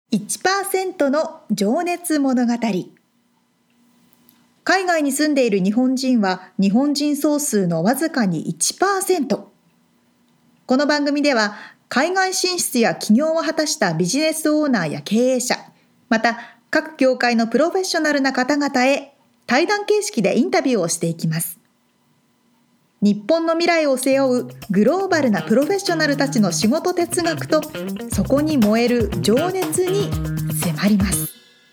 1% の情熱物語。海外に住んでいる日本人は日本人総数のわずかに 1%。この番組では海外進出や起業を果たしたビジネスオーナーや経営者、また各業界のプロフェッショナルな方々へ対談形式でインタビューをしていきます。日本の未来を背負うグローバルなプロフェッショナルたちの仕事哲学とそこに燃える情熱に迫ります。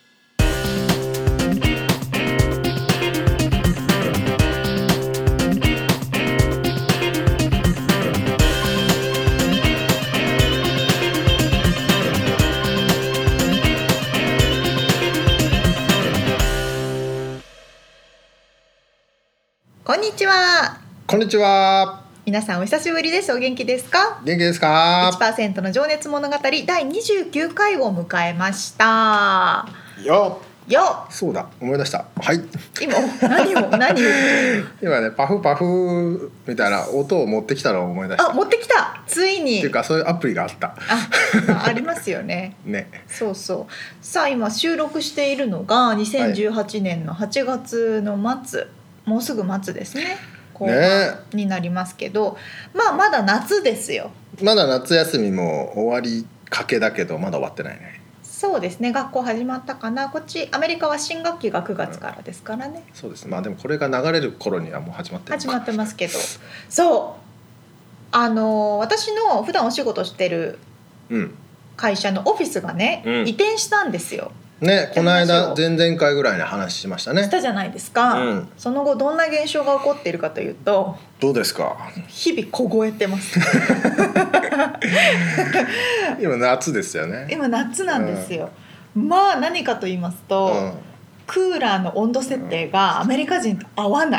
こんにちは。 こんにちは。 皆さんお久しぶりです。お元気ですか？ 元気ですか？ 1% の情熱物語第29回を迎えました。 よよそうだ、思い出した。はい。 今何今ね、パフパフみたいな音を持ってきたのを思い出した。 持ってきた。ついに。 っていうかそういうアプリがあった。 ありますよね。 ね。 そうそう。さあ今収録しているのが2018年の8月の末、もうすぐ末ですね。後半になりますけど、まだ夏ですよ。 まだ夏休みも終わりかけだけどまだ終わってないね。 そうですね。学校始まったかな。こっちアメリカは新学期が9月からですからね。 そうです。まあでもこれが流れる頃にはもう始まってる。 始まってますけど、そう私の普段お仕事してる会社のオフィスがね、移転したんですよ。 ね、この間前々回ぐらいに話しましたね。 したじゃないですか、その後どんな現象が起こっているかというと、 どうですか？ 日々凍えてます今夏ですよね。 今夏なんですよ、まあ何かと言いますと、クーラーの温度設定がアメリカ人と合わない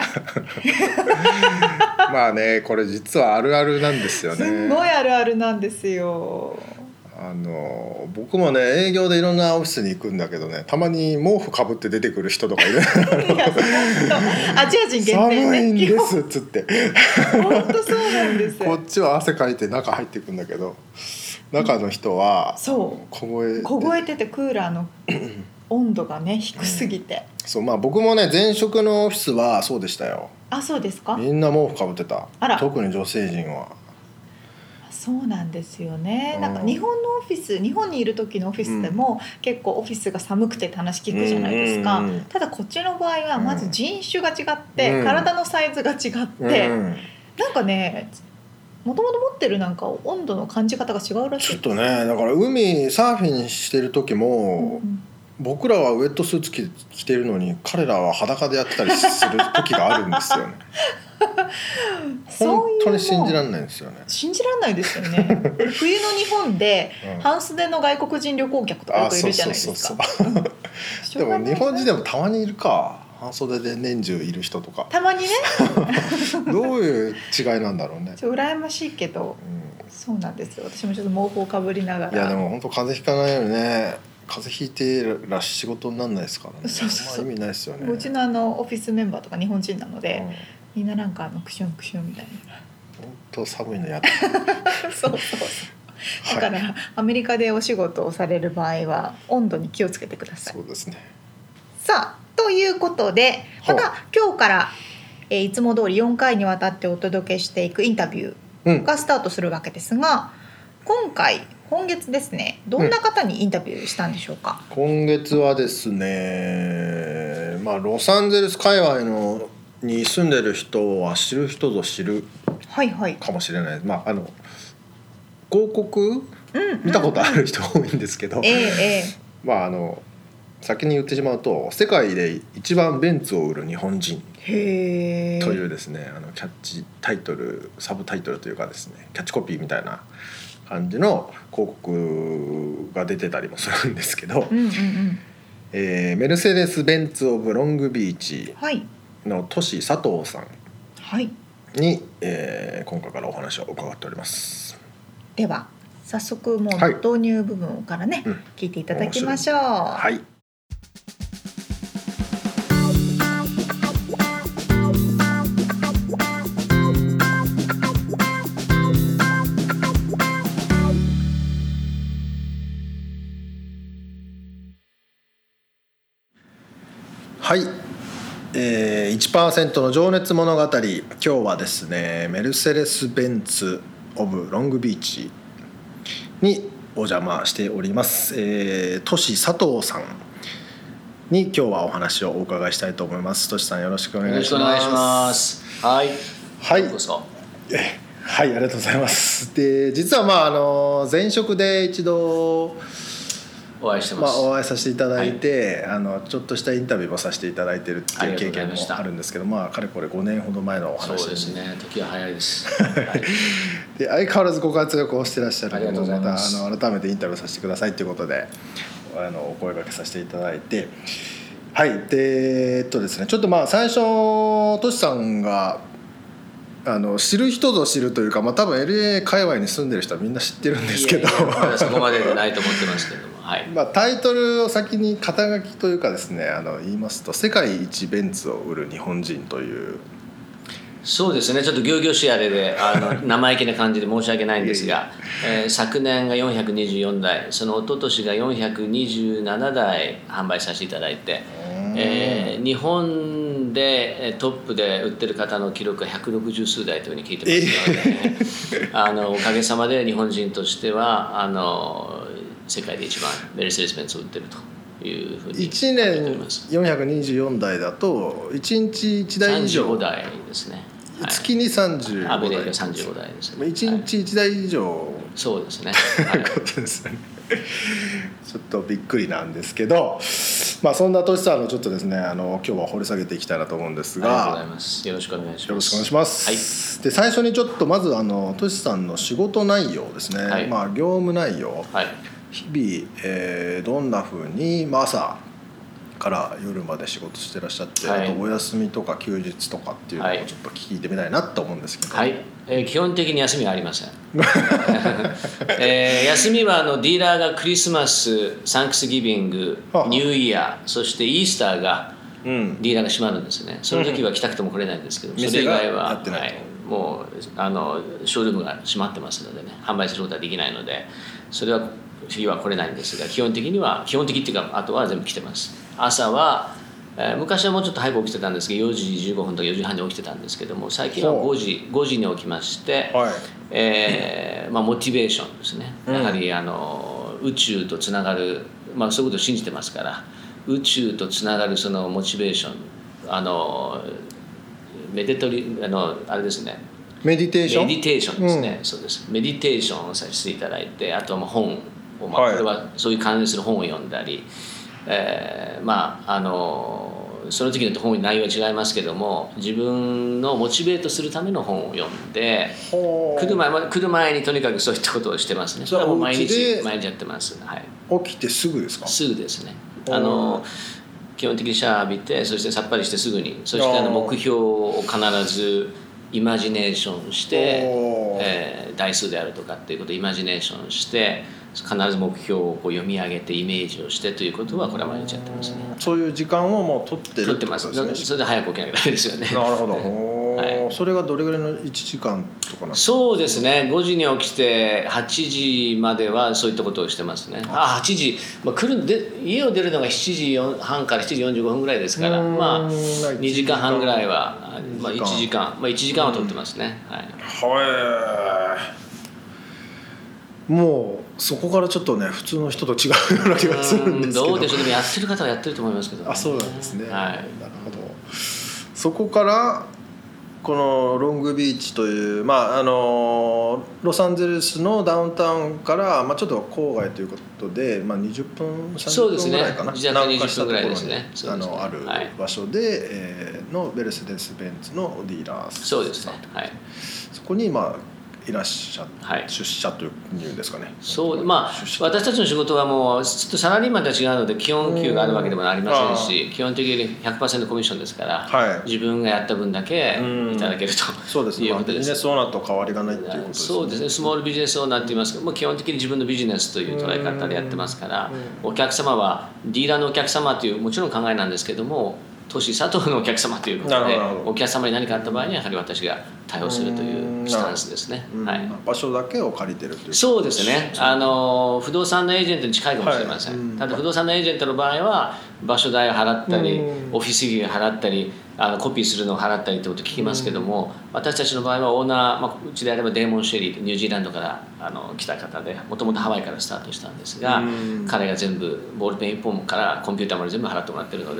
まあね、これ実はあるあるなんですよね。 すごいあるあるなんですよ。 僕もね営業でいろんなオフィスに行くんだけどね、たまに毛布かぶって出てくる人とかいるいやアジア人限定ね、 寒いんですっつって本当そうなんですよ。 こっちは汗かいて中入っていくんだけど、中の人は凍えててクーラーの温度がね低すぎて、 そう、まあ僕もね前職のオフィスはそうでしたよ。 あ、そうですか？ みんな毛布かぶってた。 あら、 特に女性陣は。 そうなんですよね。なんか日本のオフィス、日本にいる時のオフィスでも、結構オフィスが寒くてって話聞くじゃないですか、ただこっちの場合はまず人種が違って、体のサイズが違って、なんかねもともと持ってるなんか温度の感じ方が違うらしい。 ちょっとね、だから海サーフィンしてる時も、僕らはウェットスーツ着てるのに彼らは裸でやってたりする時があるんですよね本当に信じられないんですよね。 信じられないですよね冬の日本で半袖の外国人旅行客とかよくいるじゃないですか。 でも日本人でもたまにいるか、半袖で年中いる人とかたまにねどういう違いなんだろうね。 羨ましいけど、そうなんですよ。私もちょっと毛布をかぶりながら。 いやでも本当風邪ひかないようにね。風邪ひいてら仕事にならないですからね。 そうまあ、意味ないですよね。 うちのオフィスメンバーとか日本人なので、みんななんかクシュンクシュンみたいな。 本当寒いのやだそうだから、アメリカでお仕事をされる場合は温度に気をつけてください。 そうですね。 さあということで、また今日から、いつも通り4回にわたってお届けしていくインタビューがスタートするわけですが、今月ですね、どんな方にインタビューしたんでしょうか？ 今月はですね、ロサンゼルス界隈に住んでる人は知る人ぞ知るかもしれない。広告、見たことある人多いんですけど、先に言ってしまうと、世界で一番ベンツを売る日本人というですね、キャッチタイトル、サブタイトルというかですね、キャッチコピーみたいな感じの広告が出てたりもするんですけど、メルセデス・ベンツ・オブ・ロングビーチのトシ佐藤さんに、今回からお話を伺っております。 では早速もう導入部分からね、聞いていただきましょう。 はい。 はい、1% の情熱物語。今日はですねメルセデス・ベンツ・オブ・ロングビーチにお邪魔しております、トシ佐藤さんに今日はお話をお伺いしたいと思います。トシさんよろしくお願いします。 よろしくお願いします。はい、 はい、 どうぞ。 はい、ありがとうございます。で実は前職で一度お会いしてます、 お会いさせていただいて、ちょっとしたインタビューもさせていただいているっていう経験もあるんですけど、かれこれ5年ほど前のお話。 そうですね、時は早いです、 で相変わらずご活躍をしてらっしゃるので、また改めてインタビューさせてくださいということでお声掛けさせていただいて、はいでですね、ちょっと最初トシさんが知る人ぞ知るというか、多分 LA 界隈に住んでる人はみんな知ってるんですけど、 まだそこまででないと思ってますけども、はい。 タイトルを先に肩書きというかですね、言いますと世界一ベンツを売る日本人という。 そうですね、ちょっと仰々しいあれで生意気な感じで申し訳ないんですが昨年が424台、その一昨年が427台販売させていただいて、日本でトップで売ってる方の記録が160数台というふうに聞いてますので、おかげさまで日本人としては世界で一番メルセデス・ベンツを売ってるというふうに 1年424台だと1日1台以上、 35台ですね、はい、 月に35台、 アベレージが35台ですね、 1日1台以上、はい、 そうですね、 ということですね。ちょっとびっくりなんですけど、そんなトシさんのちょっとですね今日は掘り下げていきたいなと思うんですが、 ありがとうございます。よろしくお願いします。 よろしくお願いします、はい、で最初にちょっとまずトシさんの仕事内容ですね、はい、業務内容、はい、日々、どんなふうに、朝から夜まで仕事してらっしゃって、はい、あとお休みとか休日とかっていうのをちょっと聞いてみたいなと思うんですけど、 はい、基本的に休みはありません休みはディーラーがクリスマス、サンクスギビング、ニューイヤー、そしてイースターがディーラーが閉まるんですね。その時は来たくても来れないんですけど、それ以外は、はい、もうショールームが閉まってますのでね、販売することはできないので、それは日は来れないんですが、基本的っていうか、あとは全部来てます。朝は、昔はもうちょっと早く起きてたんですけど、4時15分とか4時半に起きてたんですけども、最近は5時に起きまして、はい、モチベーションですね、やはり宇宙とつながる、そういうことを信じてますから、宇宙とつながるそのモチベーション、あれですね、 メディテーションですね、そうです。メディテーションをさせていただいて、あとは本を、これはそういう関連する本を読んだり、その時によって本の内容は違いますけども、自分のモチベートするための本を読んで、来る前にとにかくそういったことをしてますね。それはもう毎日やってます、はい、 起きてすぐですか？ すぐですね。基本的にシャワー浴びて、そしてさっぱりしてすぐに、そして目標を必ずイマジネーションして、台数であるとかっていうことをイマジネーションして、必ず目標を読み上げてイメージをしてということは、これは毎日やってますね。 そういう時間をもう取ってるってことですね。 取ってます。それで早く起きなきゃダメですよね。 なるほど、はい、それがどれぐらいの1時間とかなんですか？そうですね、5時に起きて8時まではそういったことをしてますね。8時、家を出るのが7時半から7時45分ぐらいですから、2時間半ぐらいは、1時間は取ってますね。 もうそこからちょっとね、普通の人と違うような気がするんですけど。 どうでしょう。でもやってる方はやってると思いますけど、ね、 そうなんですね、はい、なるほど。そこからこのロングビーチという、ロサンゼルスのダウンタウンから、ちょっと郊外ということで、20分30分ぐらいかな、 南下したところにある場所で、のベルセデス・ベンツのディーラーさん、 そうですね、はい、 そこにいらっしゃって、出社というんですかね。 そう、私たちの仕事はもうちょっとサラリーマンとは違うので、基本給があるわけでもありませんし、基本的に 100% コミッションですから、自分がやった分だけいただけるとそうですね、ビジネスオーナーと変わりがないっていうことですね。 そうですね、スモールビジネスオーナーって言いますけど、もう基本的に自分のビジネスという捉え方でやってますから、お客様はディーラーのお客様というもちろん考えなんですけども、 都市佐藤のお客様ということで、お客様に何かあった場合にはやはり私が対応するというスタンスですね。はい、 場所だけを借りてるという。 そうですね。不動産のエージェントに近いかもしれません。ただ不動産のエージェントの場合は場所代を払ったり、オフィス費を払ったり、コピーするのを払ったりということを聞きますけども、私たちの場合はオーナー、うちであればデーモン・シェリー、ニュージーランドから来た方で、もともとハワイからスタートしたんですが、彼が全部ボールペン1本からコンピューターまで全部払ってもらってるので、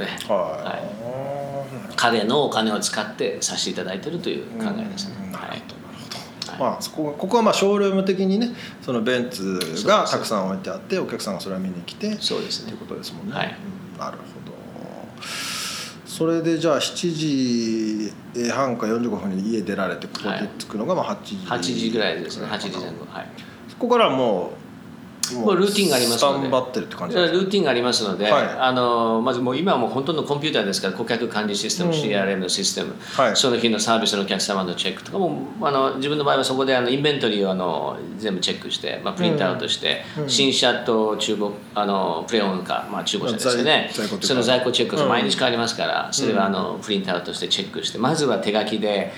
彼のお金を使ってさせていただいているという考えですね。 ここはショールーム的にね、そのベンツがたくさん置いてあってお客さんがそれを見に来てそうですねということですもんね。 はい、 なるほど。それでじゃあ7時半か45分に家出られてここで着くのが8 時ぐらいですね。8時前後。はい、 そこからもうルーティンがありますので、 スタンバってるって感じですか。 ルーティンがありますので、まずもう今はもうほとんどコンピューターですから、顧客管理システム、CRM のシステム、その日のサービスのお客様のチェックとかも、自分の場合はそこでインベントリーを全部チェックして、プリントアウトして、新車と中古プレオンか、中古車ですよね、その在庫チェックが毎日変わりますから、それはプリントアウトしてチェックして、まずは手書きで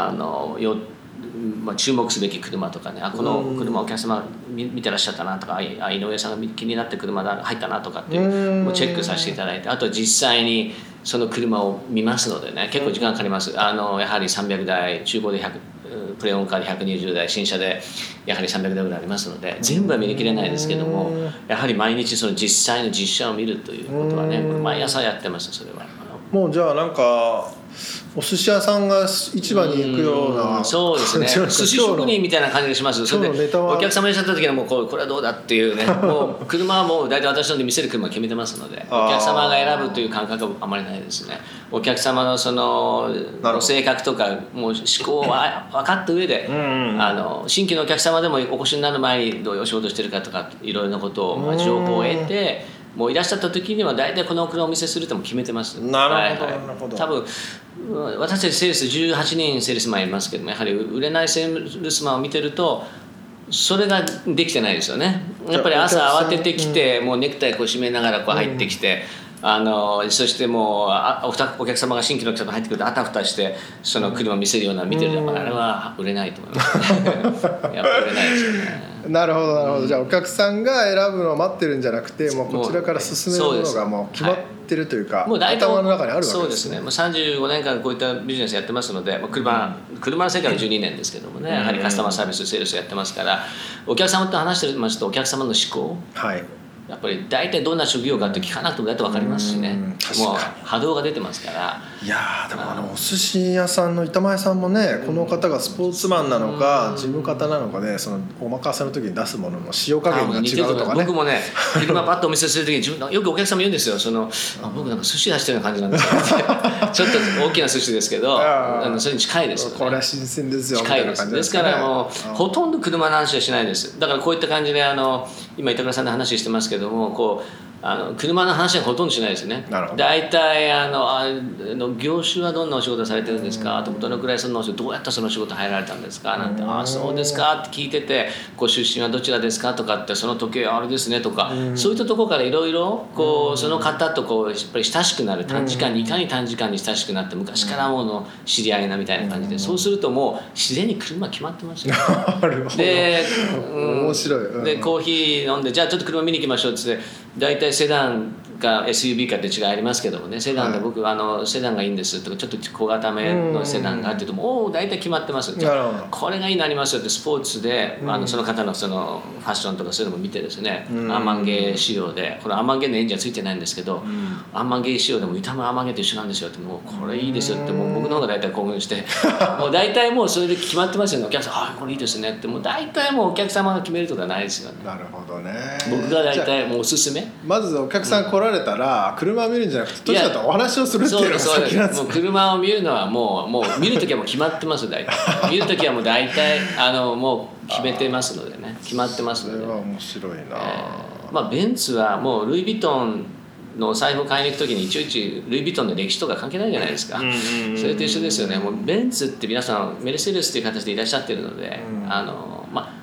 注目すべき車とかね、この車お客様見てらっしゃったなとか、井上さんが気になって車が入ったなとかっていうもうチェックさせていただいて、あとは実際にその車を見ますのでね、結構時間かかります。やはり300台、中古で100、プレオンカーで120台、新車でやはり300台ぐらいありますので、全部は見に切れないですけども、やはり毎日その実際の実車を見るということはね、毎朝やってます。それはもうじゃあなんかお寿司屋さんが市場に行くような、 そうですね、寿司職人みたいな感じがします。それでお客様いらっしゃった時にはもうこれはどうだっていうね、もう車はもう大体私ので見せる車決めてますので、お客様が選ぶという感覚はあまりないですね。お客様のその性格とかもう思考は分かった上で、新規のお客様でもお越しになる前にどういうお仕事してるかとかいろいろなことを情報を得て、もういらっしゃった時には大体この車をお見せするとも決めてます。 なるほど、なるほど。 多分私たちセールス18人セールスマンいますけども、やはり売れないセールスマンを見てるとそれができてないですよね。やっぱり朝慌ててきて、もうネクタイ締めながら入ってきて、そしてもうお客様が新規のお客様が入ってくるとあたふたしてその車を見せるような見てる、あれは売れないと思いますやっぱ売れないですよね。 なるほどなるほど。じゃあお客さんが選ぶのを待ってるんじゃなくて、もうこちらから進めるものがもう決まってるというか、 もう大体頭の中にあるわけですね。 そうですね。もう35年間こういったビジネスやってますので、車の世界は12年ですけどもね、やはりカスタマーサービスセールスやってますから、お客様と話してますとお客様の思考、やっぱり大体どんな職業かって聞かなくても大体分かりますしね、もう波動が出てますから。 いやでもお寿司屋さんの板前さんもね、この方がスポーツマンなのか事務方なのかで、そのお任せの時に出すものの塩加減が違うとかね。 僕もね、車パッとお見せする時に自分よくお客様言うんですよ。僕なんか寿司出してるような感じなんですよちょっと大きな寿司ですけど、それに近いですよね。 これは新鮮ですよみたいな感じですからもうほとんど車の話はしないです。だからこういった感じで今板倉さんの話してますけども、車の話はほとんどしないですね。大体業種はどんなお仕事されてるんですか、あとどのくらいそのお仕事どうやってその仕事入られたんですかなんて、そうですかって聞いてて、ご出身はどちらですかとかって、その時計あれですねとか、そういったところからいろいろその方とやっぱり親しくなる、短時間にいかに短時間に親しくなって、昔からもの知り合いなみたいな感じで、そうするともう自然に車決まってますよで、 面白い。 でコーヒー飲んで、じゃあちょっと車見に行きましょうって大体セダンか SUV かって違いありますけどもね、セダンで僕セダンがいいんですとか、ちょっと小型めのセダンがあって言うともう大体決まってます。じゃあこれがいいのありますよって、スポーツでその方のそのファッションとかそういうのも見てですね、アンマンゲー仕様で、これアンマンゲーのエンジンはついてないんですけど、アンマンゲー仕様でも板もアンマンゲーと一緒なんですよって、もうこれいいですよって、もう僕の方が大体興奮してもう大体もうそれで決まってますよね。お客さんこれいいですねって、もう大体もうお客様が決めるとかないですよね。 なるほどね。 僕が大体もうおすすめ、 まずお客さん来られたら車を見るんじゃなくて、とにかくお話をするっていうのが先なんですね。 もう車を見るのはもう見るときはもう決まってます大体見るときはもう大体もう決めてますのでね、決まってますので。 それは面白いな。 ベンツはもうルイ・ヴィトンの財布を買いに行くときにいちいちルイ・ヴィトンの歴史とか関係ないじゃないですか。それと一緒ですよね。もうベンツって皆さんメルセデスっていう形でいらっしゃってるので、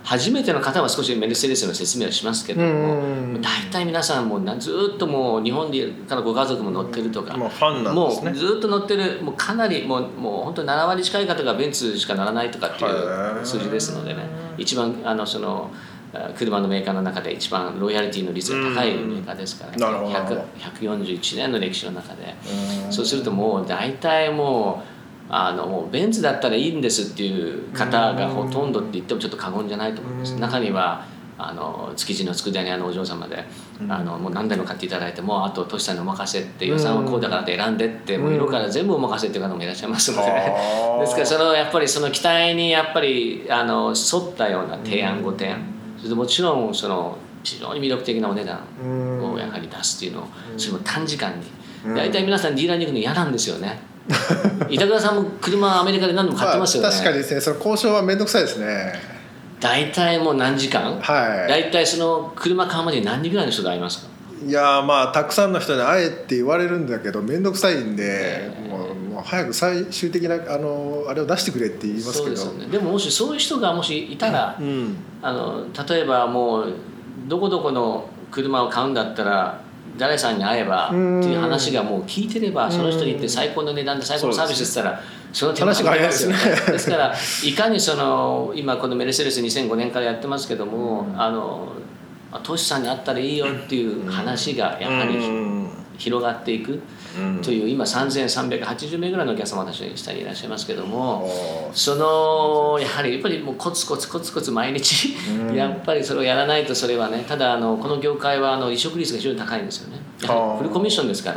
初めての方は少しメルセデスの説明をしますけども、大体皆さんもうずっともう日本でからご家族も乗ってるとか、 もうファンなんですね。 もうずっと乗ってる、もうかなりもう本当に7割近い方がベンツしか乗らないとかっていう数字ですのでね、一番その車のメーカーの中で一番ロイヤリティの率が高いメーカーですから、ね、141年の歴史の中で、そうするともう大体もうもうベンツだったらいいんですっていう方がほとんどって言ってもちょっと過言じゃないと思います。中には築地の佃煮屋のお嬢様でもう何台も買っていただいて、もうあとトシさんにお任せって、予算はこうだからって選んでって、もう色から全部お任せっていう方もいらっしゃいますので、ですからやっぱりその期待にやっぱり沿ったような提案ご提案、それでもちろんその非常に魅力的なお値段をやはり出すっていうのを、それも短時間に、大体皆さんディーラーに行くの嫌なんですよね。板倉さんも車アメリカで何度も買ってますよね。 確かにですね、その交渉は面倒くさいですね。 大体もう何時間、大体その車買うまでに何人ぐらいの人と会いますか？ いやまあたくさんの人に会えって言われるんだけど面倒くさいんで、もう早く最終的なあれを出してくれって言いますけど。 そうですよね。でももしそういう人がもしいたら、例えばもうどこどこの車を買うんだったら誰さんに会えばっていう話がもう聞いてれば、その人に行って最高の値段で最高のサービスって言ったらその手間がありますよね。ですからいかに今このメルセデス2005年からやってますけども、トシさんに会ったらいいよっていう話がやはり広がっていくという、今3380名ぐらいのお客様私の下にいらっしゃいますけども、やはりもうコツコツ毎日やっぱりそれをやらないと、それはね、ただこの業界は離職率が非常に高いんですよね。やはりフルコミッションですから、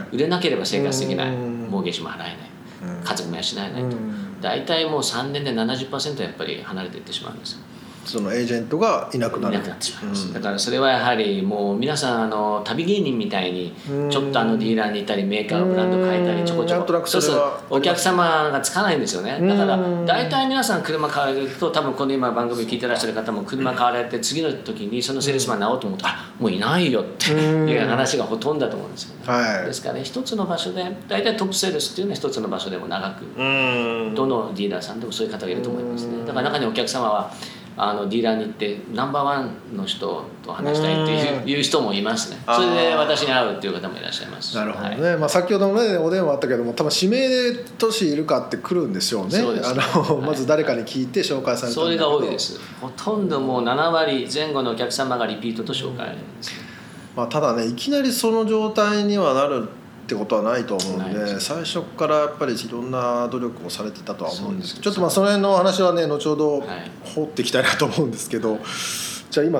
売れなければ生活できない、モーゲージも払えない、家族も養えないと、大体もう3年で 70% やっぱり離れていってしまうんですよ。 そのエージェントがいなくなってしまいます、だからそれはやはりもう皆さん旅芸人みたいにちょっとディーラーに行ったりメーカーブランド変えたりちょこちょこ、そうするとお客様がつかないんですよね。だから大体皆さん車買われると、多分この今番組聞いてらっしゃる方も車買われて次の時にそのセールスマンに会おうと思うと、もういないよっていう話がほとんどだと思うんですよね。ですからね、一つの場所で大体トップセールスっていうのは一つの場所でも長く、どのディーラーさんでもそういう方がいると思いますね。だから中にお客様はディーラーに行ってナンバーワンの人と話したいっていう人もいますね。それで私に会うっていう方もいらっしゃいます。 なるほどね。先ほどもねお電話あったけども、多分指名で都市いるかって来るんでしょうね。そうですね。まず誰かに聞いて紹介されたんだけど、 それが多いです。ほとんどもう7割前後のお客様がリピートと紹介ですね。 ただね、いきなりその状態にはなるってことはないと思うんで、最初からやっぱりいろんな努力をされてたとは思うんですけど、ちょっとその辺の話はね後ほど掘っていきたいなと思うんですけど、じゃあ今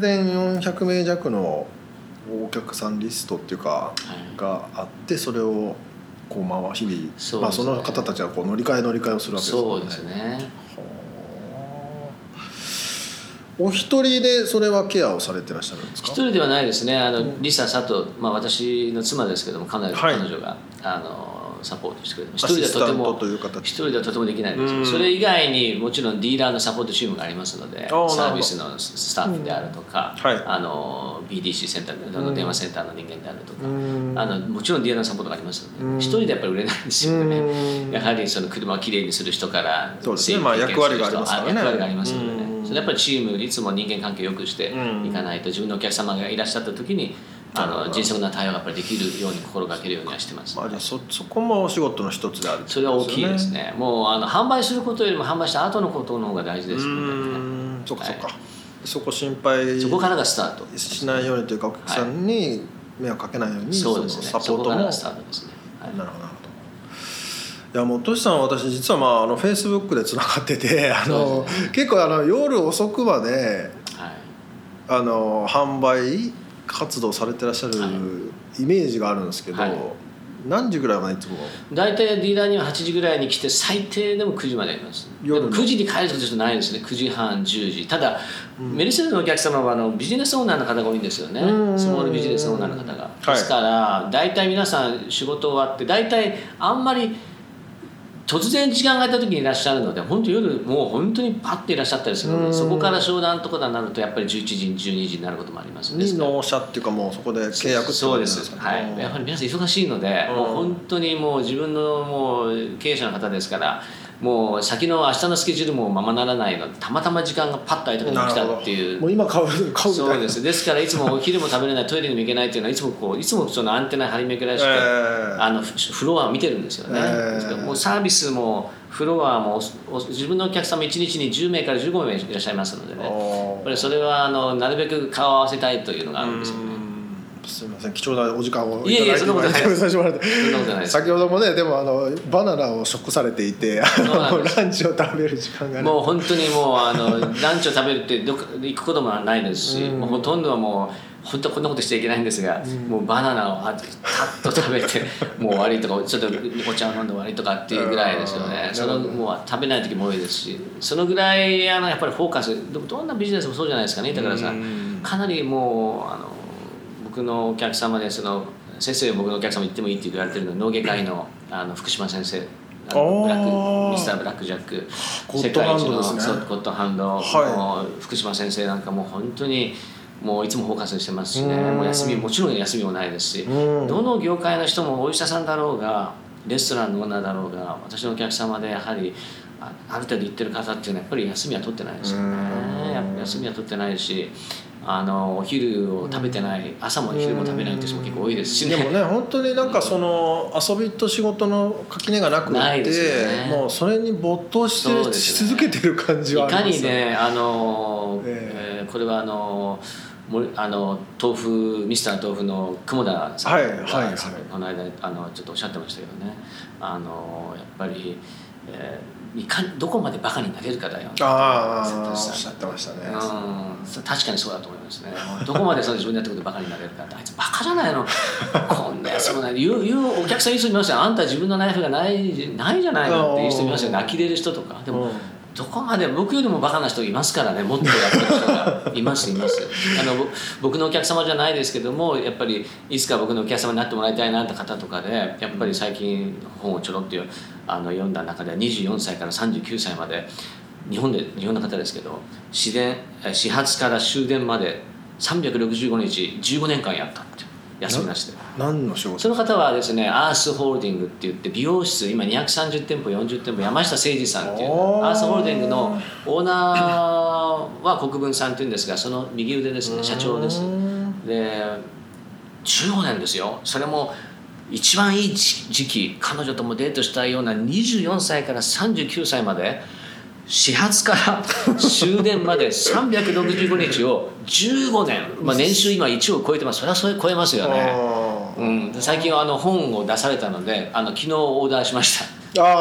3400名弱のお客さんリストっていうかがあって、それをこう日々その方たちはこう乗り換えをするわけですよね。 そうですね。 お一人でそれはケアをされてらっしゃるんですか？ 一人ではないですね。リサ佐藤、私の妻ですけども、彼女がサポートしてくれてます。一人ではとてもできないんですけど、それ以外にもちろんディーラーのサポートチームがありますので、サービスのスタッフであるとか、BDC センターの電話センターの人間であるとか、もちろんディーラーのサポートがありますので、一人でやっぱり売れないんですよね。やはりその車をきれいにする人から役割がありますからね。 役割がありますのでね。それやっぱりチームいつも人間関係を良くしていかないと、自分のお客様がいらっしゃった時に迅速な対応がやっぱりできるように心がけるようにはしてます、ね。 じゃあそこもお仕事の一つである、 それは大きいですね。もう販売することよりも販売した後のことの方が大事ですので、 そっか、そこ心配そこからがスタートしないようにというか、お客さんに迷惑かけないように、 そうですね、 サポートもそこからがスタートですね。 なるほど。いやもうトシさんは私実はフェイスブックでつながってて、結構夜遅くまで、販売活動されてらっしゃるイメージがあるんですけど、何時ぐらいまでいつも？ 大体ディーラーには8時ぐらいに来て、最低でも9時までやります。でも9時に帰ることないですね。9時半10時。ただ、メルセデスのお客様はビジネスオーナーの方が多いんですよね。スモールビジネスオーナーの方が。ですから大体皆さん仕事終わって、大体あんまり突然時間が空いた時にいらっしゃるので、本当夜もう本当にパッていらっしゃったりするので、そこから商談とかになるとやっぱり11時12時になることもあります。 納車っていうか、もうそこで契約ってそうです。はい。やはり皆さん忙しいので、もう本当にもう自分のもう経営者の方ですから、 もう先の明日のスケジュールもままならないので、たまたま時間がパッと空いた時に来たっていう。 もう今買うみたいな。 そうです。ですからいつもお昼も食べれない、トイレにも行けないっていうのはいつもそのアンテナ張り巡らして、フロアを見てるんですよね。もうサービスもフロアも自分のお客様1日に10名から15名いらっしゃいますのでね、やっぱりそれはなるべく顔を合わせたいというのがあるんですよね。 すみません、貴重なお時間をいただいて、 いえいえ、そんなことないです。 先ほどもね、でもバナナを食されていて、ランチを食べる時間が、ね、 もう本当にもうランチを食べるって行くこともないですし、もうほとんどはもう本当はこんなことしちゃいけないんですが、もうバナナをパッと食べてもう終わりとか、ちょっとお茶を飲んで終わりとかっていうぐらいですよね。もう食べない時も多いですし、そのぐらいやっぱりフォーカス、どんなビジネスもそうじゃないですかね。だからさ、かなりもう僕のお客様で先生、僕のお客様行ってもいいって言われてるのは脳外科医の福島先生、ミスターブラックジャック、世界一のゴッドハンド、福島先生なんかもう本当にもういつもフォーカスしてますしね、もうもちろん休みもないですし、どの業界の人もお医者さんだろうがレストランのオーナーだろうが、私のお客様でやはりある程度行ってる方っていうのはやっぱり休みは取ってないですよね。休みは取ってないし、お昼を食べてない、朝も昼も食べないって人も結構多いですしね。 でもね、本当になんかその遊びと仕事の垣根がなくて、ね、もうそれに没頭し続けてる感じはありますよね。 いかにね、これは豆腐ミスター豆腐の雲田さんがこの間ちょっとおっしゃってましたけどね、やっぱり、どこまでバカになれるかだよ。 おっしゃってましたね。 確かにそうだと思いますね。どこまで自分でやったことでバカになれるかって、あいつバカじゃないの、こんなやつもない言うお客さんいつもいますよ。あんた自分のナイフがないじゃないのっていう人いますよね。呆れる人とか。でもどこまで僕よりもバカな人いますからね。もっとやってる人がいます僕のお客様じゃないですけども、やっぱりいつか僕のお客様になってもらいたいなって方とかで、やっぱり最近本をちょろっと読んだ中では24歳から39歳まで日本の方ですけど、始発から終電まで365日15年間やったって、休みなしで。 何の仕事？ その方はですね、アースホールディングって言って、美容室今230店舗40店舗、山下誠二さんっていうアースホールディングのオーナーは国分さんっていうんですが、その右腕ですね、社長です。で15年ですよ。それも一番いい時期、彼女ともデートしたいような24歳から39歳まで、始発から終電まで365日を15年、年収今1億超えてます。それはそれ超えますよね。最近は本を出されたので、昨日オーダーしました。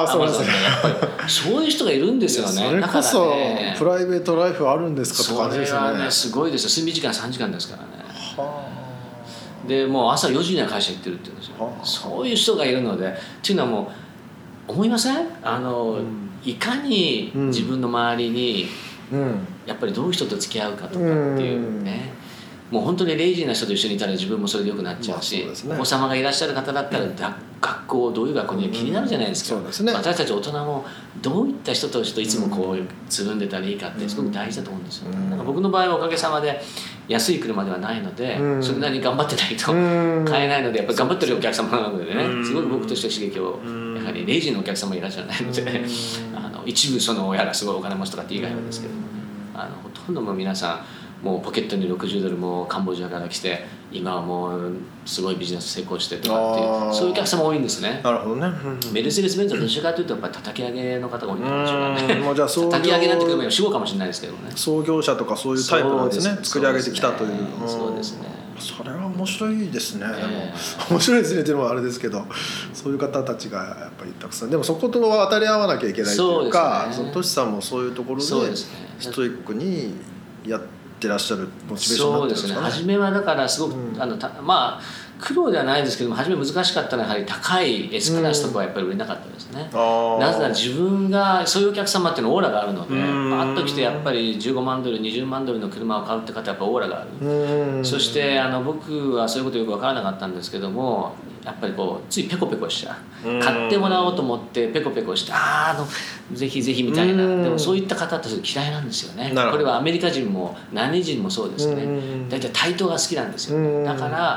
そうですね。 やっぱりそういう人がいるんですよね。 それこそね、プライベートライフあるんですかって感じですよね。 それはね、すごいですよ。睡眠時間3時間ですからね。でもう朝4時には会社行ってるって言うんですよ。そういう人がいるので、っていうのはもう思いません？いかに自分の周りにやっぱりどういう人と付き合うかとかっていうね、もう本当にレイジーな人と一緒にいたら自分もそれで良くなっちゃうし、お子様がいらっしゃる方だったら学校、どういう学校に気になるじゃないですか。私たち大人もどういった人といつもこうつるんでたらいいかってすごく大事だと思うんですよ。なんか僕の場合はおかげさまで安い車ではないので、それなりに頑張ってないと買えないので、やっぱり頑張ってるお客様なのでね、すごく僕として刺激を、やはりレイジーのお客様いらっしゃらないので、一部その親がすごいお金持ちとかって以外はですけどもね、ほとんども皆さんもうポケットに60ドルもカンボジアから来て、今はもうすごいビジネス成功してとかっていう、そういうお客様多いんですね。 なるほどね。 メルセデス・ベンツはどちらかというとやっぱり叩き上げの方が多いんでしょうかね。 もうじゃあ叩き上げなんて車は死後かもしれないですけどね。 創業者とかそういうタイプなんですね。作り上げてきたという。 そうですね。 それは面白いですね。面白いですねっていうのはあれですけど、そういう方たちがやっぱりたくさん、でもそこと渡り合わなきゃいけないというか、そのトシさんもそういうところでストイックにやってらっしゃるモチベーションになってるんですかね。 そうですね。初めはだからすごくまあ苦労ではないですけども、初め難しかったのはやはり高い S クラスとかはやっぱり売れなかったですね。なぜなら自分がそういうお客様っていうのオーラがあるので、パッと来てやっぱり15万ドル20万ドルの車を買うって方はやっぱオーラがある。そして僕はそういうことよく分からなかったんですけども、やっぱりついペコペコしちゃう。買ってもらおうと思ってペコペコしてぜひぜひみたいな。でもそういった方って嫌いなんですよね。これはアメリカ人も何人もそうですね。大体対等が好きなんですよね。だから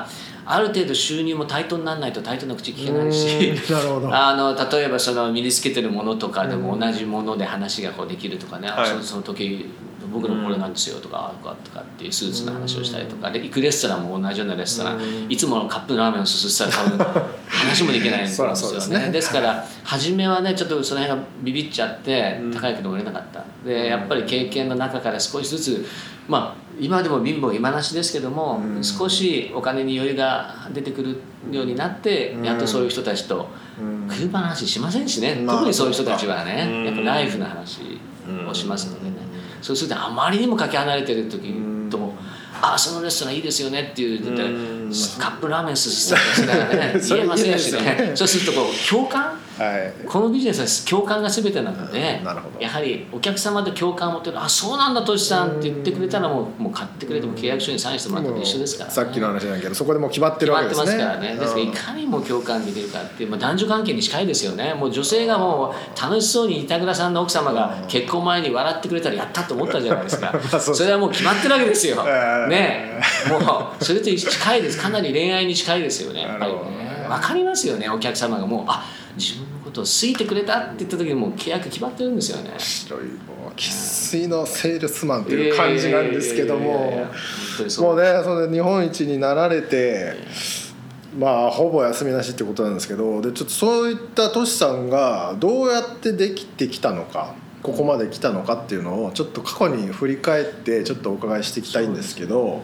ある程度収入も対等にならないと対等な口聞けないしなるほど例えばその身につけてるものとかでも同じもので話がこうできるとかね、その時僕のこれなんですよとかっていうスーツの話をしたりとかで行くレストランも同じようなレストランいつものカップラーメンをすすったら多分話もできないんですよねですから初めはねちょっとその辺がビビっちゃって高いけど売れなかったでやっぱり経験の中から少しずつ今でも貧乏今なしですけども少しお金に余裕が出てくるようになってやっとそういう人たちと車の話しませんしね特にそういう人たちはねやっぱライフの話をしますのでねそうするとあまりにもかけ離れてる時とそのレストランいいですよねっていうカップラーメンすすったりしながらね言えませんしねそうすると共感このビジネスは共感が全てなのでやはりお客様と共感を持ってるそうなんだトシさんって言ってくれたらもう買ってくれても契約書にサインしてもらったら一緒ですからねさっきの話だけどそこでもう決まってるわけですね決まってますからねですからいかにも共感できるかっていう男女関係に近いですよねもう女性がもう楽しそうに板倉さんの奥様が結婚前に笑ってくれたらやったと思ったじゃないですかそれはもう決まってるわけですよねもうそれと近いですかなり恋愛に近いですよねやっぱりね分かりますよねお客様がもう自分のことを好いてくれたって言った時にもう契約決まってるんですよね白いもう生粋のセールスマンという感じなんですけどももうねそれで日本一になられてほぼ休みなしってことなんですけどでちょっとそういったトシさんがどうやってできてきたのかここまで来たのかっていうのをちょっと過去に振り返ってちょっとお伺いしていきたいんですけど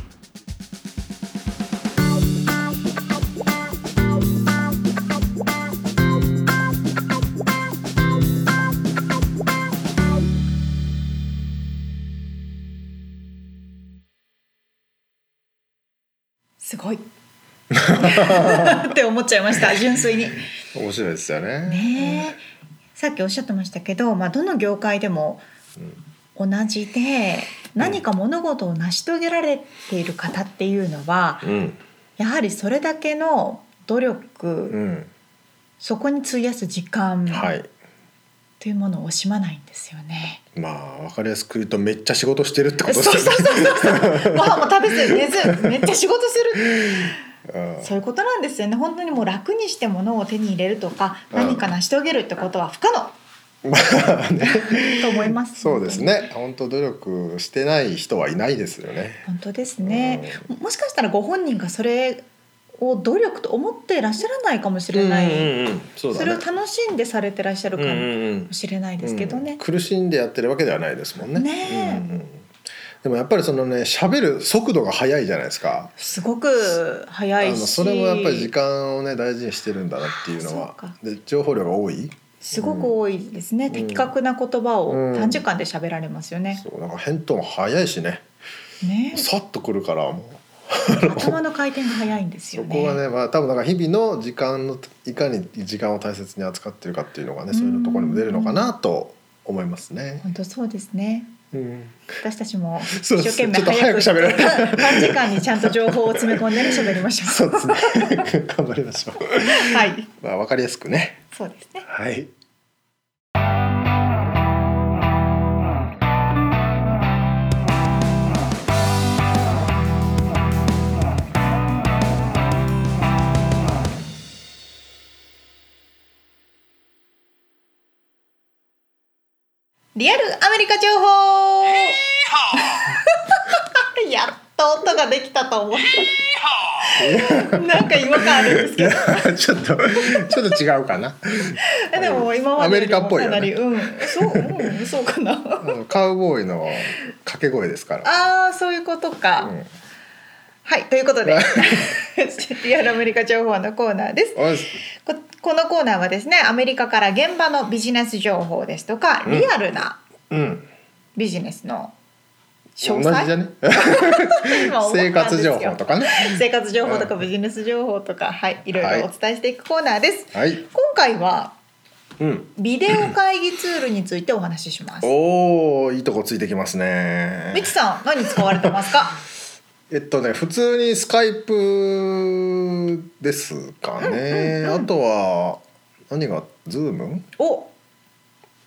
すごいって思っちゃいました純粋に面白いですよね。 ねさっきおっしゃってましたけど、どの業界でも同じで何か物事を成し遂げられている方っていうのは、やはりそれだけの努力、そこに費やす時間というものを惜しまないんですよね。 分かりやすく言うとめっちゃ仕事してるってことですよね。 そうご飯も食べて寝ずめっちゃ仕事するそういうことなんですよね。本当にもう楽にして物を手に入れるとか何か成し遂げるってことは不可能と思います。 そうですね。本当努力してない人はいないですよね。 本当ですね。もしかしたらご本人がそれを努力と思っていらっしゃらないかもしれない、それを楽しんでされてらっしゃるかもしれないですけどね、 苦しんでやってるわけではないですもんね。でもやっぱりそのね喋る速度が速いじゃないですか。 すごく速いしそれもやっぱり時間をね大事にしてるんだなっていうのはで情報量が多いすごく多いですね、的確な言葉を短時間で喋られますよね。 そうなんか返答も早いしねさっとくるからもう頭の回転が早いんですよね。 そこがね、多分なんか日々の時間のいかに時間を大切に扱ってるかっていうのがねそういうところにも出るのかなと思いますね。 本当そうですね。私たちも一生懸命早く喋られる短時間にちゃんと情報を詰め込んで喋りましょう。 そうですね頑張りましょうはい、 分かりやすくね。 そうですね。 はい。 リアルアメリカ情報やっと音ができたと思ったなんか違和感あるんですけどちょっと違うかなでも今までアメリカっぽいよね。 そうかなカウボーイの掛け声ですから。 そういうことか、はいということでリアルアメリカ情報のコーナーです。このコーナーはですねアメリカから現場のビジネス情報ですとか、リアルなビジネスの詳細、 同じじゃね生活情報とかね生活情報とかビジネス情報とか、いろいろお伝えしていくコーナーです。今回はビデオ会議ツールについてお話しします。 いいとこついてきますね。 みちさん何使われてますか？ 普通にスカイプですかね。あとは何がズーム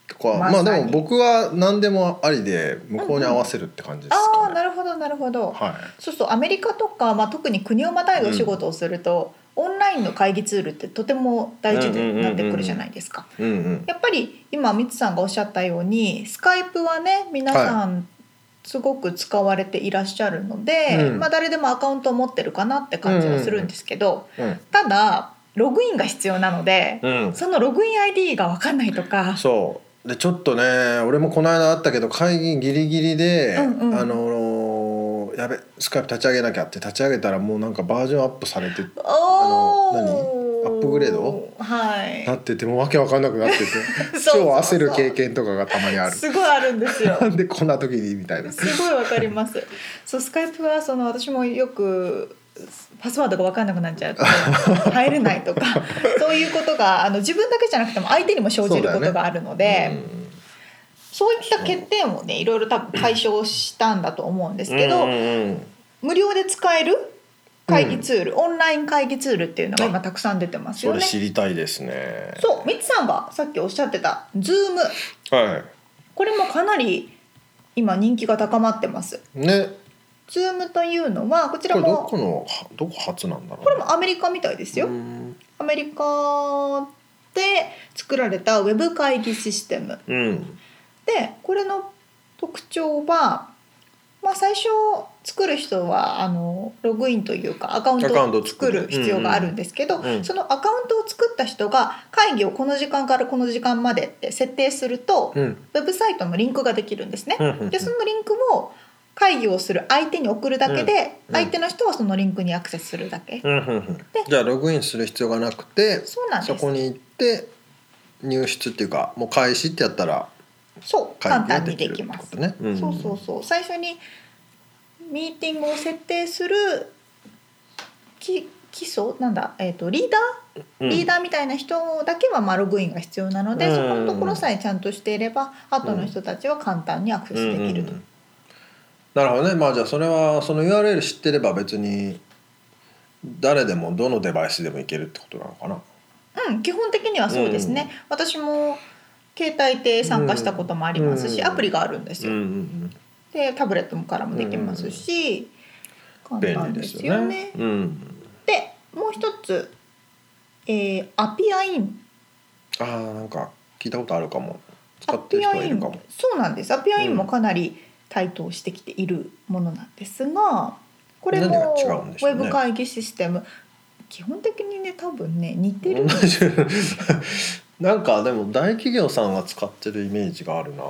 とか、まあでも僕は何でもありで向こうに合わせるって感じですかね。 ああ、なるほどなるほど、 はい、 そうそう、アメリカとか、特に国をまたいでお仕事をすると、オンラインの会議ツールってとても大事になってくるじゃないですか。やっぱり今ミツさんがおっしゃったようにスカイプはね、皆さんすごく使われていらっしゃるので、誰でもアカウントを持ってるかなって感じはするんですけど、ただログインが必要なので、そのログイン ID が分かんないとか。 そうでちょっとね、俺もこの間あったけど会議ギリギリで、やべスカイプ立ち上げなきゃって立ち上げたらもうなんかバージョンアップされてアップグレード、なっててもうわけわかんなくなってて超焦る経験とかがたまにある。 すごいあるんですよ。 なんでこんな時にみたいな。 すごいわかります。そう、スカイプは私もよくパスワードが分かんなくなっちゃうと入れないとかそういうことが自分だけじゃなくても相手にも生じることがあるので、そういった欠点をねいろいろ多分解消したんだと思うんですけど、無料で使える会議ツール、オンライン会議ツールっていうのが今たくさん出てますよね。 それ知りたいですね。 そう、ミツさんがさっきおっしゃってた Zoom、これもかなり今人気が高まってますね。 Zoom というのはこちらもどこ初なんだろう、ね、 これもアメリカみたいですよ。アメリカで作られたウェブ会議システム、でこれの特徴は、最初作る人はログインというかアカウントを作る必要があるんですけど、そのアカウントを作った人が会議をこの時間からこの時間までって設定すると、ウェブサイトのリンクができるんですね。でそのリンクを会議をする相手に送るだけで、相手の人はそのリンクにアクセスするだけ、 じゃあログインする必要がなくて、 そうなんです。 そこに行って入室っていうかもう開始ってやったら簡単にできます。そう最初にミーティングを設定する基礎リーダーみたいな人だけはログインが必要なので、そこのところさえちゃんとしていれば後の人たちは簡単にアクセスできると。 なるほどね。じゃあそれはその URL 知ってれば別に誰でもどのデバイスでもいけるってことなのかな。 基本的にはそうですね。私も携帯で参加したこともありますし、アプリがあるんですよ。でタブレットからもできますし、簡単ですよね。でもう一つ、アピアイン。 なんか聞いたことあるかも。使ってる人がいるかも。 そうなんです。アピアインもかなり台頭してきているものなんですが、これもウェブ会議システム、基本的にね多分ね似てるんですよ。 なんかでも大企業さんが使ってるイメージがあるな。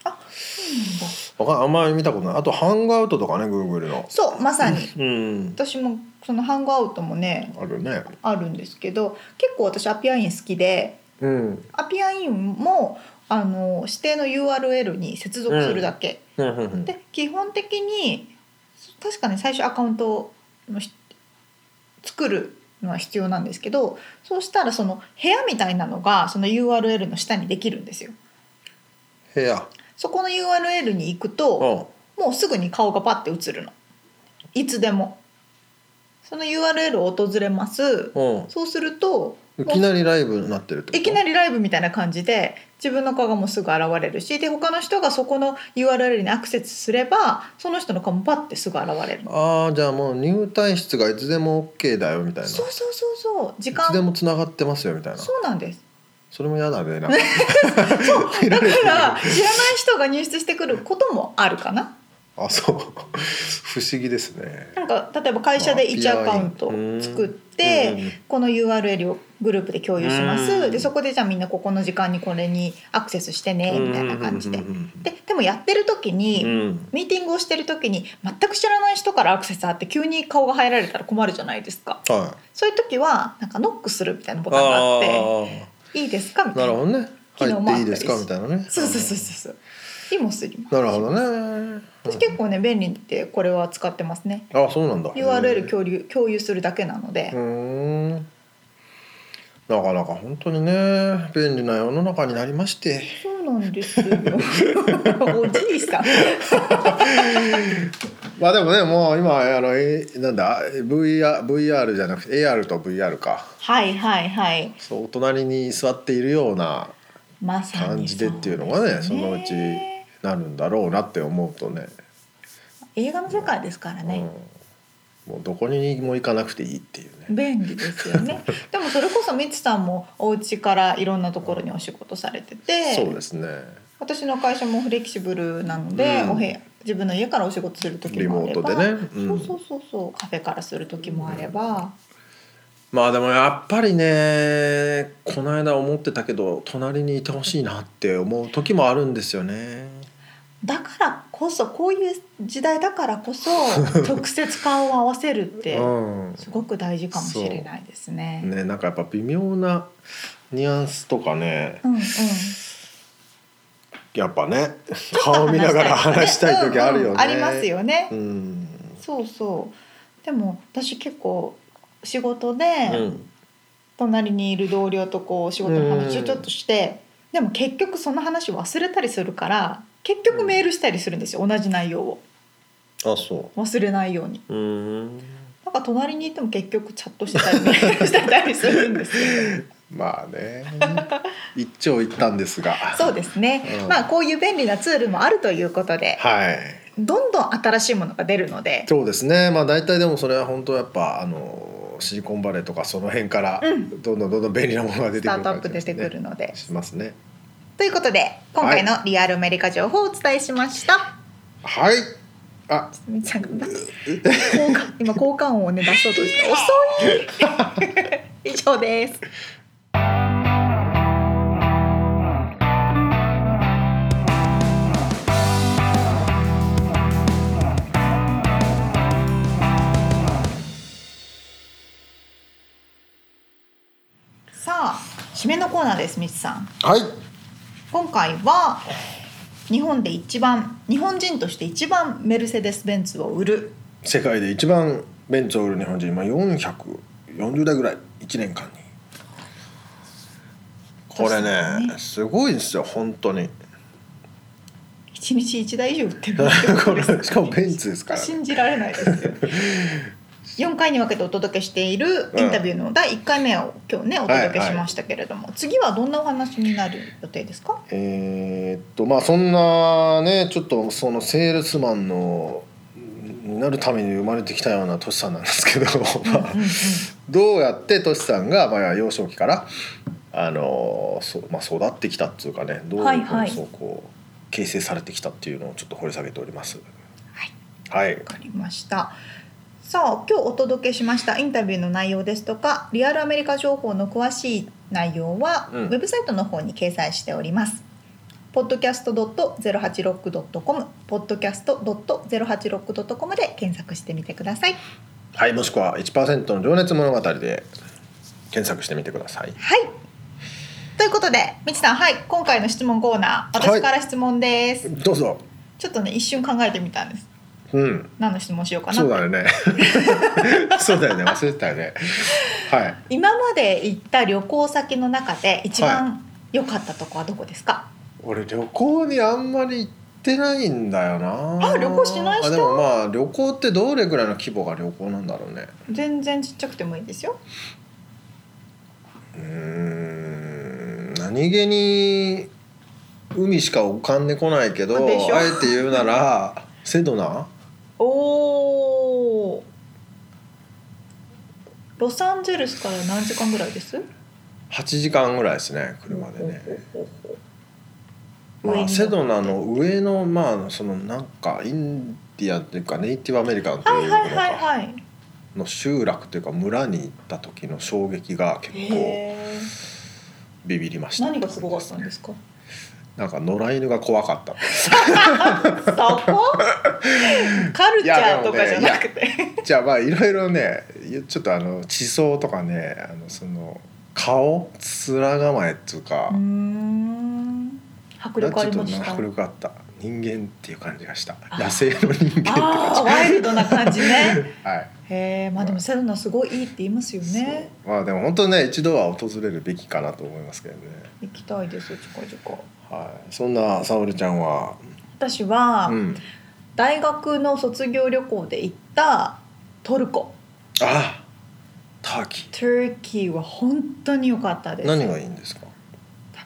あんまり見たことない。あとハングアウトとかね、 Google の。 そうまさに、私もそのハングアウトもねあるんですけど、結構私アピアイン好きで、アピアインも指定の URL に接続するだけ、で基本的に確かに最初アカウントの作るのは必要なんですけど、そうしたらその部屋みたいなのがその URL の下にできるんですよ。 部屋、 そこの URL に行くと、もうすぐに顔がパッて映るの。いつでもその URL を訪れます。そうするといきなりライブになってるってこと？ いきなりライブみたいな感じで自分の顔がもうすぐ現れるし、で他の人がそこの URL にアクセスすればその人の顔もパッてすぐ現れる。 じゃあもう入退室がいつでも OK だよみたいな。 そう時間いつでもつながってますよみたいな。 そうなんです。 それも嫌だね。 そうだから知らない人が入室してくることもあるかな。 そう不思議ですね。 なんか例えば会社で1アカウント作って、この URL をグループで共有します。でそこでじゃあみんなここの時間にこれにアクセスしてねみたいな感じで、でもやってる時に、ミーティングをしてる時に全く知らない人からアクセスあって急に顔が入られたら困るじゃないですか。そういう時はなんかノックするみたいなボタンがあっていいですかみたいな。 なるほどね。入っていいですかみたいなね。 そうリモスリモス。 なるほどね。 私結構ね便利でこれは使ってますね。 そうなんだ。 URL 共有するだけなので。 なかなか本当にね便利な世の中になりまして。 そうなんですよおじいさんでもねもう今なんだ VR じゃなくて AR と VR か。 はいそうお隣に座っているような感じでっていうのがね、そのうちなるんだろうなって思うとね、 映画の世界ですからね、 もうどこにも行かなくていいっていうね、 便利ですよねでもそれこそみつさんもお家からいろんなところにお仕事されてて、 そうですね、 私の会社もフレキシブルなので、お部屋自分の家からお仕事する時もあれば、 リモートでね、 そうカフェからする時もあれば、 まあでもやっぱりね、この間思ってたけど隣にいてほしいなって思う時もあるんですよね。 だからこそ、こういう時代だからこそ直接顔を合わせるってすごく大事かもしれないですね。 ね、なんかやっぱ微妙なニュアンスとかね、やっぱね顔見ながら話したい時あるよね。 ありますよね。そうそう。でも私結構仕事で隣にいる同僚とこう仕事の話をちょっとして、でも結局その話忘れたりするから結局メールしたりするんですよ、同じ内容を。 そう忘れないように。なんか隣にいても結局チャットしてたりメールしてたりするんですよまあね一長一短ですがそうですね、まあこういう便利なツールもあるということで、どんどん新しいものが出るので。 そうですね、まあ大体でもそれは本当やっぱシリコンバレーとかその辺からどんどん便利なものが出てくる、 スタートアップ出てくるのでしますね。 ということで今回のリアルアメリカ情報をお伝えしました。 はい。 みちゃんが今効果音をね出そうとして遅い以上です。さあ締めのコーナーです。みちさん、今回は日本人として一番メルセデス・ベンツを売る、 世界で一番ベンツを売る日本人、440台ぐらい1年間に。これねすごいですよ本当に。 1日1台以上売ってるこれしかもベンツですからね、 信じられないですよ4回に分けてお届けしているインタビューの第1回目を今日ねお届けしましたけれども、次はどんなお話になる予定ですか？ まあそんなねちょっとそのセールスマンになるために生まれてきたようなトシさんなんですけどどうやってトシさんが、幼少期から育ってきたっていうかね、どういうふうにそうこう形成されてきたっていうのをちょっと掘り下げております。はい、 わかりました。さあ今日お届けしましたインタビューの内容ですとかリアルアメリカ情報の詳しい内容は、ウェブサイトの方に掲載しております。podcast.086.com podcast.086.com で検索してみてください。 はい、もしくは 1% の情熱物語で検索してみてください。 はい、ということでみちさん、今回の質問コーナー、私から質問です。 どうぞ。 ちょっとね一瞬考えてみたんです。何の質問しようかな。 そうだよねそうだよね、忘れてたよね。 今まで行った旅行先の中で一番良かったとこはどこですか？ 俺旅行にあんまり行ってないんだよな。 旅行しない人？ でも旅行ってどれぐらいの規模が旅行なんだろうね。 全然ちっちゃくてもいいですよ。 何気に海しか浮かんでこないけど、あえて言うならセドナ。 ロサンゼルスから何時間ぐらいです？ 8 時間ぐらいですね、車でね。セドナの上のそのなんかインディアンっていうかネイティブアメリカンというのの集落というか村に行った時の衝撃が結構ビビりました。 何がすごかったんですか？ なんか野良犬が怖かったそこカルチャーとかじゃなくてじゃあいろいろね、ちょっと地層とかね、その顔面構えっていうか迫力ありました。 迫力あった。人間っていう感じがした。野生の人間って感じ。 ワイルドな感じねでもセドナすごいいいって言いますよね。 でも本当ね一度は訪れるべきかなと思いますけどね。 行きたいです、近々。 そんな沙織ちゃんは？ 私は、大学の卒業旅行で行ったトルコ。 ターキーは本当に良かったです。何がいいんですか？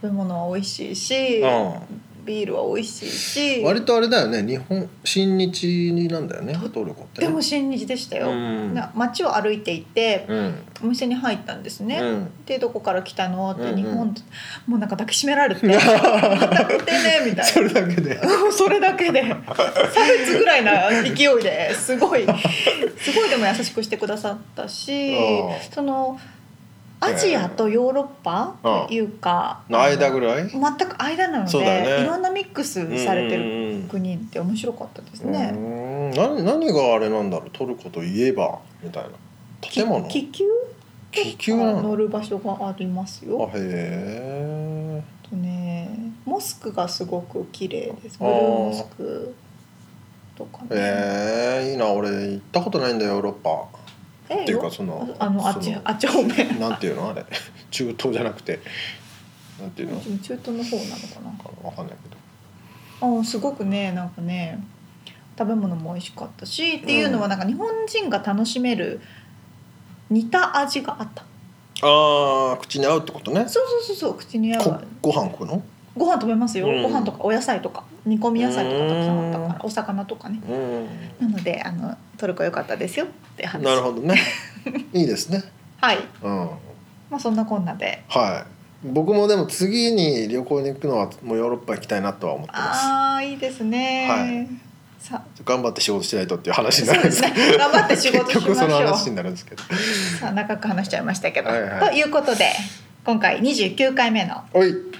食べ物は美味しいし、ビールは美味しいし、 割とあれだよね、親日なんだよね、トルコってね。 でも親日でしたよ、街を歩いていて、お店に入ったんですね、でどこから来たのって日本、もうなんか抱きしめられてまた来てねみたいな、 それだけでそれだけで差別ぐらいな勢いですごいでも優しくしてくださったし、そのアジアとヨーロッパというか、 の間ぐらい、 全く間なので、いろんなミックスされてる国って面白かったですね。 何があれなんだろう、トルコといえばみたいな建物、 気球乗る場所がありますよ。 へえ。 とね、モスクがすごく綺麗です。ブルーモスクとかね。 いいな、俺行ったことないんだよ、ヨーロッパ。っていうかあっち方面なんていうのあれ中東じゃなくてなんていうの、 中東の方なのかな、 わかんないけど、 すごくね、なんかね食べ物も美味しかったし、っていうのはなんか日本人が楽しめる似た味があった。 口に合うってことね。 そう口に合う。 ご飯食うの？ ご飯食べますよ、ご飯とかお野菜とか煮込み野菜とかたくさんあったから、お魚とかね、なのでトルコ良かったですよって話。 なるほどねいいですね。 はい、そんなこんなで、 僕もでも次に旅行に行くのはもうヨーロッパ行きたいなとは思ってます。 いいですね、 頑張って仕事しないとっていう話になるんですけど、 頑張って仕事しましょう。 結局その話になるんですけど長く話しちゃいましたけど、ということで今回29回目の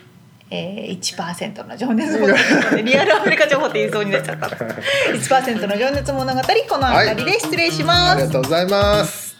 1% の情熱物語リアルアメリカ情報って言いそうになっちゃった1% の情熱物語、この辺りで失礼します。 ありがとうございます。